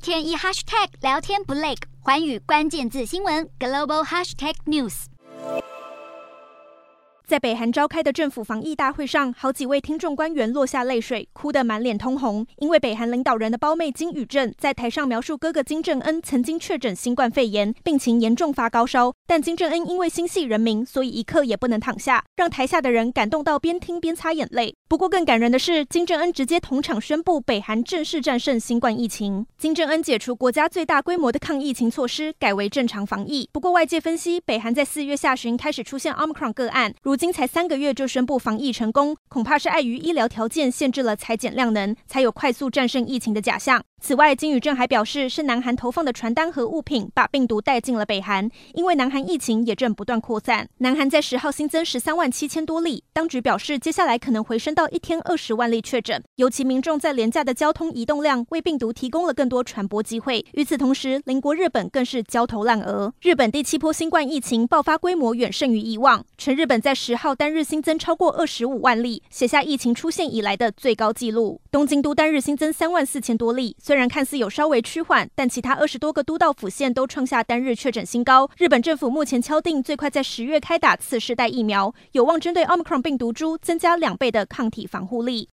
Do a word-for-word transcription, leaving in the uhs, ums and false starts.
天一 hashtag 聊天不累，寰宇关键字新闻 global hashtag news。 在北韩召开的政府防疫大会上，好几位听众官员落下泪水，哭得满脸通红。因为北韩领导人的胞妹金宇镇在台上描述哥哥金正恩曾经确诊新冠肺炎，病情严重发高烧，但金正恩因为心系人民，所以一刻也不能躺下，让台下的人感动到边听边擦眼泪。不过更感人的是，金正恩直接同场宣布北韩正式战胜新冠疫情。金正恩解除国家最大规模的抗疫情措施，改为正常防疫。不过外界分析，北韩在四月下旬开始出现 Omicron 个案，如今才三个月就宣布防疫成功，恐怕是碍于医疗条件限制了裁减量能，才有快速战胜疫情的假象。此外，金宇镇还表示，是南韩投放的传单和物品把病毒带进了北韩，因为南韩疫情也正不断扩散。南韩在十号新增十三万七千多例，当局表示，接下来可能回升到一天二十万例确诊。尤其民众在廉价的交通移动量，为病毒提供了更多传播机会。与此同时，邻国日本更是焦头烂额。日本第七波新冠疫情爆发规模远胜于以往，全日本在十号单日新增超过二十五万例，写下疫情出现以来的最高纪录。东京都单日新增三万四千多例。虽然看似有稍微趋缓，但其他二十多个都道府县都创下单日确诊新高。日本政府目前敲定最快在十月开打次世代疫苗，有望针对 Omicron 病毒株增加两倍的抗体防护力。